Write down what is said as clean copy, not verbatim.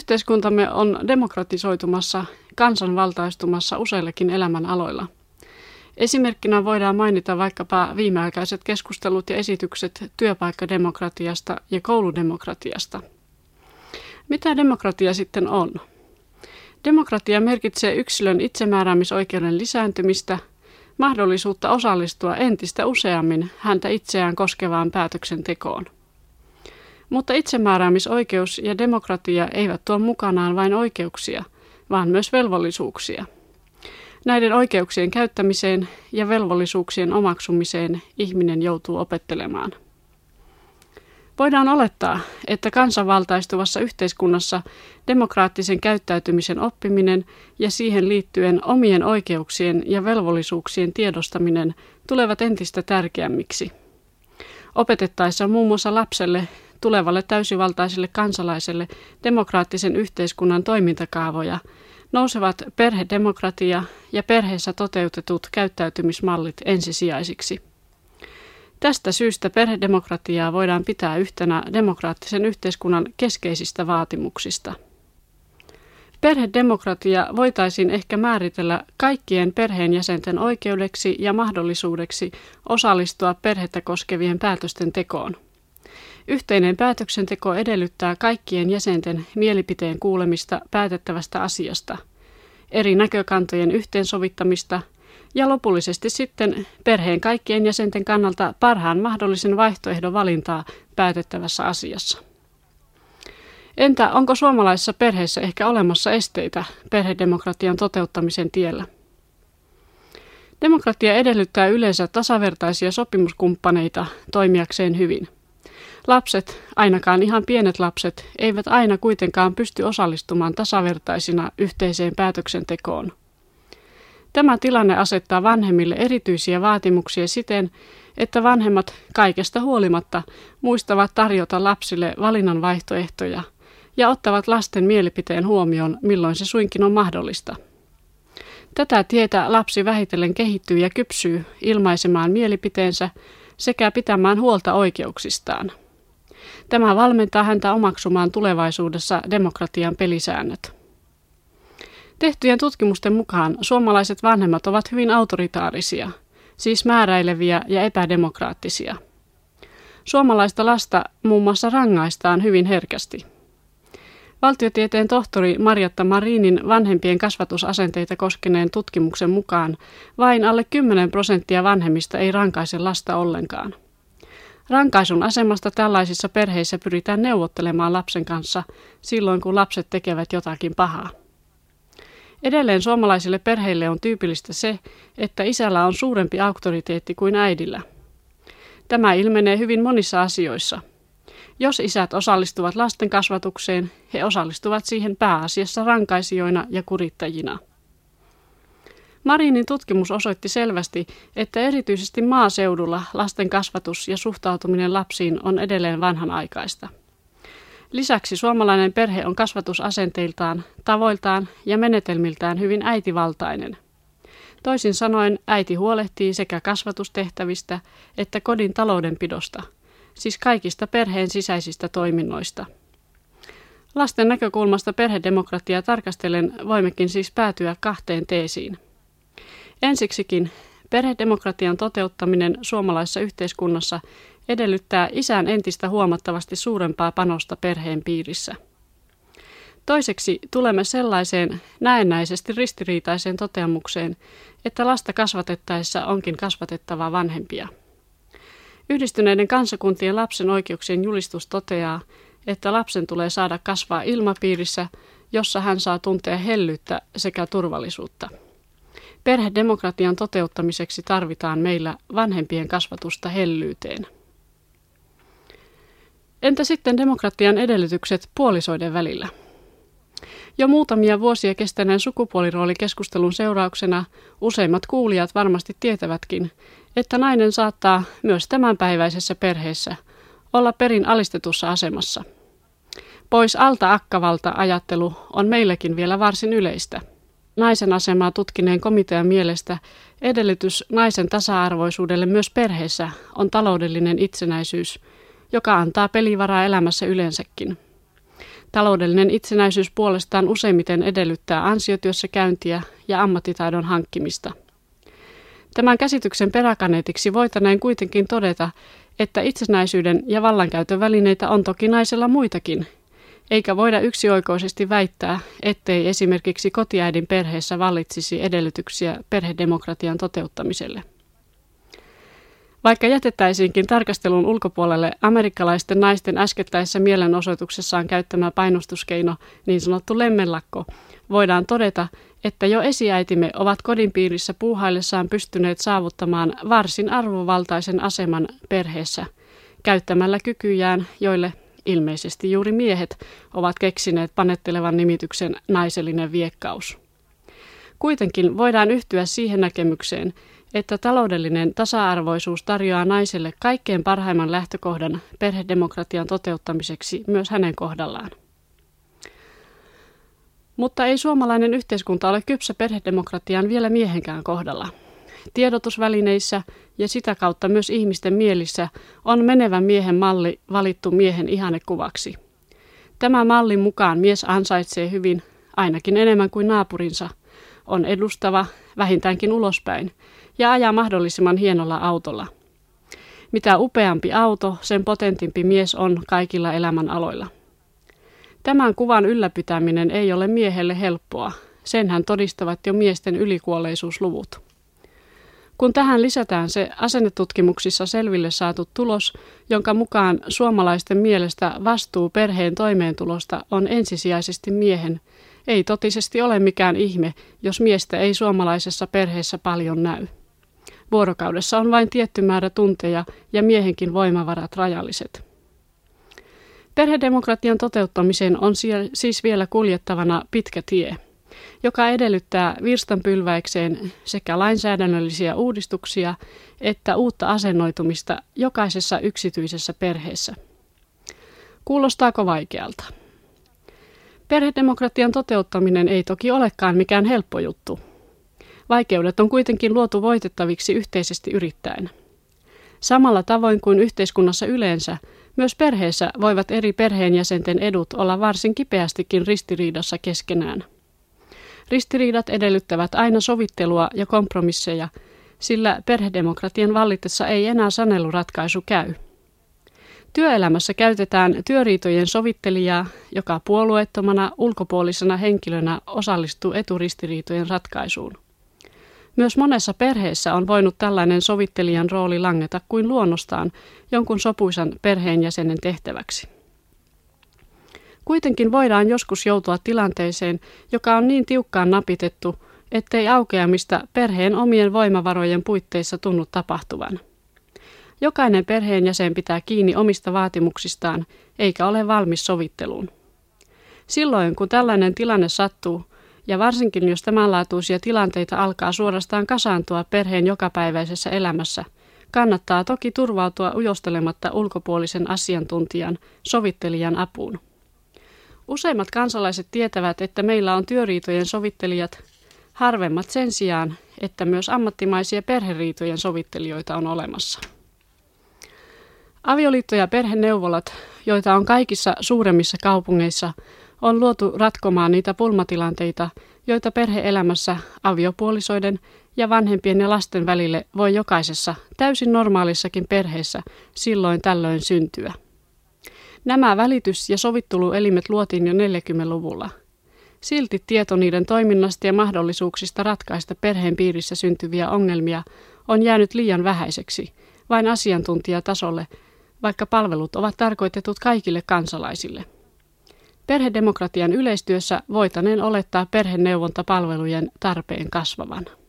Yhteiskuntamme on demokratisoitumassa, kansanvaltaistumassa useillekin elämänaloilla. Esimerkkinä voidaan mainita vaikkapa viimeaikaiset keskustelut ja esitykset työpaikkademokratiasta ja kouludemokratiasta. Mitä demokratia sitten on? Demokratia merkitsee yksilön itsemääräämisoikeuden lisääntymistä, mahdollisuutta osallistua entistä useammin häntä itseään koskevaan päätöksentekoon. Mutta itsemääräämisoikeus ja demokratia eivät tuo mukanaan vain oikeuksia, vaan myös velvollisuuksia. Näiden oikeuksien käyttämiseen ja velvollisuuksien omaksumiseen ihminen joutuu opettelemaan. Voidaan olettaa, että kansanvaltaistuvassa yhteiskunnassa demokraattisen käyttäytymisen oppiminen ja siihen liittyen omien oikeuksien ja velvollisuuksien tiedostaminen tulevat entistä tärkeämmiksi. Opetettaessa muun muassa lapselle, tulevalle täysivaltaiselle kansalaiselle demokraattisen yhteiskunnan toimintakaavoja, nousevat perhedemokratia ja perheessä toteutetut käyttäytymismallit ensisijaisiksi. Tästä syystä perhedemokratiaa voidaan pitää yhtenä demokraattisen yhteiskunnan keskeisistä vaatimuksista. Perhedemokratia voitaisiin ehkä määritellä kaikkien perheenjäsenten oikeudeksi ja mahdollisuudeksi osallistua perhettä koskevien päätösten tekoon. Yhteinen päätöksenteko edellyttää kaikkien jäsenten mielipiteen kuulemista päätettävästä asiasta, eri näkökantojen yhteensovittamista ja lopullisesti sitten perheen kaikkien jäsenten kannalta parhaan mahdollisen vaihtoehdon valintaa päätettävässä asiassa. Entä onko suomalaisessa perheessä ehkä olemassa esteitä perhedemokratian toteuttamisen tiellä? Demokratia edellyttää yleensä tasavertaisia sopimuskumppaneita toimijakseen hyvin. Lapset, ainakaan ihan pienet lapset, eivät aina kuitenkaan pysty osallistumaan tasavertaisina yhteiseen päätöksentekoon. Tämä tilanne asettaa vanhemmille erityisiä vaatimuksia siten, että vanhemmat kaikesta huolimatta muistavat tarjota lapsille valinnan vaihtoehtoja ja ottavat lasten mielipiteen huomioon, milloin se suinkin on mahdollista. Tätä tietä lapsi vähitellen kehittyy ja kypsyy ilmaisemaan mielipiteensä sekä pitämään huolta oikeuksistaan. Tämä valmentaa häntä omaksumaan tulevaisuudessa demokratian pelisäännöt. Tehtyjen tutkimusten mukaan suomalaiset vanhemmat ovat hyvin autoritaarisia, siis määräileviä ja epädemokraattisia. Suomalaista lasta muun muassa rangaistaan hyvin herkästi. Valtiotieteen tohtori Marjatta Marinin vanhempien kasvatusasenteita koskeneen tutkimuksen mukaan vain alle 10% vanhemmista ei rankaise lasta ollenkaan. Rankaisun asemasta tällaisissa perheissä pyritään neuvottelemaan lapsen kanssa silloin, kun lapset tekevät jotakin pahaa. Edelleen suomalaisille perheille on tyypillistä se, että isällä on suurempi auktoriteetti kuin äidillä. Tämä ilmenee hyvin monissa asioissa. Jos isät osallistuvat lasten kasvatukseen, he osallistuvat siihen pääasiassa rankaisijoina ja kurittajina. Marinin tutkimus osoitti selvästi, että erityisesti maaseudulla lasten kasvatus ja suhtautuminen lapsiin on edelleen vanhanaikaista. Lisäksi suomalainen perhe on kasvatusasenteiltaan, tavoiltaan ja menetelmiltään hyvin äitivaltainen. Toisin sanoen äiti huolehtii sekä kasvatustehtävistä että kodin taloudenpidosta, siis kaikista perheen sisäisistä toiminnoista. Lasten näkökulmasta perhedemokratiaa tarkastellen voimmekin siis päätyä 2 teesiin. Ensiksikin perhedemokratian toteuttaminen suomalaisessa yhteiskunnassa edellyttää isän entistä huomattavasti suurempaa panosta perheen piirissä. Toiseksi tulemme sellaiseen näennäisesti ristiriitaiseen toteamukseen, että lasta kasvatettaessa onkin kasvatettava vanhempia. Yhdistyneiden kansakuntien lapsen oikeuksien julistus toteaa, että lapsen tulee saada kasvaa ilmapiirissä, jossa hän saa tuntea hellyyttä sekä turvallisuutta. Perhedemokratian toteuttamiseksi tarvitaan meillä vanhempien kasvatusta hellyyteen. Entä sitten demokratian edellytykset puolisoiden välillä? Jo muutamia vuosia kestäneen sukupuoliroolikeskustelun seurauksena useimmat kuulijat varmasti tietävätkin, että nainen saattaa myös tämänpäiväisessä perheessä olla perin alistetussa asemassa. Pois alta akkavalta ajattelu on meilläkin vielä varsin yleistä. Naisen asemaa tutkineen komitean mielestä edellytys naisen tasa-arvoisuudelle myös perheessä on taloudellinen itsenäisyys, joka antaa pelivaraa elämässä yleensäkin. Taloudellinen itsenäisyys puolestaan useimmiten edellyttää ansiotyössä käyntiä ja ammattitaidon hankkimista. Tämän käsityksen peräkaneetiksi voitaneen kuitenkin todeta, että itsenäisyyden ja vallankäytön välineitä on toki naisella muitakin, eikä voida yksioikoisesti väittää, ettei esimerkiksi kotiäidin perheessä vallitsisi edellytyksiä perhedemokratian toteuttamiselle. Vaikka jätettäisiinkin tarkastelun ulkopuolelle amerikkalaisten naisten äskettäisessä mielenosoituksessaan käyttämä painostuskeino, niin sanottu lemmenlakko, voidaan todeta, että jo esiäitimme ovat kodin piirissä puuhaillessaan pystyneet saavuttamaan varsin arvovaltaisen aseman perheessä, käyttämällä kykyjään, joille ilmeisesti juuri miehet ovat keksineet panettelevan nimityksen naisellinen viekkaus. Kuitenkin voidaan yhtyä siihen näkemykseen, että taloudellinen tasa-arvoisuus tarjoaa naiselle kaikkein parhaimman lähtökohdan perhedemokratian toteuttamiseksi myös hänen kohdallaan. Mutta ei suomalainen yhteiskunta ole kypsä perhedemokratiaan vielä miehenkään kohdalla. Tiedotusvälineissä ja sitä kautta myös ihmisten mielissä on menevän miehen malli valittu miehen ihannekuvaksi. Tämän mallin mukaan mies ansaitsee hyvin, ainakin enemmän kuin naapurinsa, on edustava, vähintäänkin ulospäin, ja ajaa mahdollisimman hienolla autolla. Mitä upeampi auto, sen potentimpi mies on kaikilla elämän aloilla. Tämän kuvan ylläpitäminen ei ole miehelle helppoa, senhän todistavat jo miesten ylikuolleisuusluvut. Kun tähän lisätään se asennetutkimuksissa selville saatu tulos, jonka mukaan suomalaisten mielestä vastuu perheen toimeentulosta on ensisijaisesti miehen, ei totisesti ole mikään ihme, jos miestä ei suomalaisessa perheessä paljon näy. Vuorokaudessa on vain tietty määrä tunteja ja miehenkin voimavarat rajalliset. Perhedemokratian toteuttamiseen on siis vielä kuljettavana pitkä tie, joka edellyttää virstanpylväikseen sekä lainsäädännöllisiä uudistuksia että uutta asennoitumista jokaisessa yksityisessä perheessä. Kuulostaako vaikealta? Perhedemokratian toteuttaminen ei toki olekaan mikään helppo juttu. Vaikeudet on kuitenkin luotu voitettaviksi yhteisesti yrittäen. Samalla tavoin kuin yhteiskunnassa yleensä, myös perheessä voivat eri perheenjäsenten edut olla varsin kipeästikin ristiriidassa keskenään. Ristiriidat edellyttävät aina sovittelua ja kompromisseja, sillä perhedemokratian vallitessa ei enää saneluratkaisu käy. Työelämässä käytetään työriitojen sovittelijaa, joka puolueettomana ulkopuolisena henkilönä osallistuu eturistiriitojen ratkaisuun. Myös monessa perheessä on voinut tällainen sovittelijan rooli langeta kuin luonnostaan jonkun sopuisan perheenjäsenen tehtäväksi. Kuitenkin voidaan joskus joutua tilanteeseen, joka on niin tiukkaan napitettu, ettei aukeamista perheen omien voimavarojen puitteissa tunnu tapahtuvan. Jokainen perheenjäsen pitää kiinni omista vaatimuksistaan, eikä ole valmis sovitteluun. Silloin, kun tällainen tilanne sattuu, ja varsinkin jos tämänlaatuisia tilanteita alkaa suorastaan kasaantua perheen jokapäiväisessä elämässä, kannattaa toki turvautua ujostelematta ulkopuolisen asiantuntijan, sovittelijan apuun. Useimmat kansalaiset tietävät, että meillä on työriitojen sovittelijat, harvemmat sen sijaan, että myös ammattimaisia perheriitojen sovittelijoita on olemassa. Avioliitto- ja perheneuvolat, joita on kaikissa suuremmissa kaupungeissa, on luotu ratkomaan niitä pulmatilanteita, joita perhe-elämässä aviopuolisoiden ja vanhempien ja lasten välille voi jokaisessa täysin normaalissakin perheessä silloin tällöin syntyä. Nämä välitys- ja sovitteluelimet luotiin jo 40-luvulla. Silti tieto niiden toiminnasta ja mahdollisuuksista ratkaista perheen piirissä syntyviä ongelmia on jäänyt liian vähäiseksi, vain asiantuntijatasolle, vaikka palvelut ovat tarkoitetut kaikille kansalaisille. Perhedemokratian yleistyössä voitaneen olettaa perheneuvontapalvelujen tarpeen kasvavan.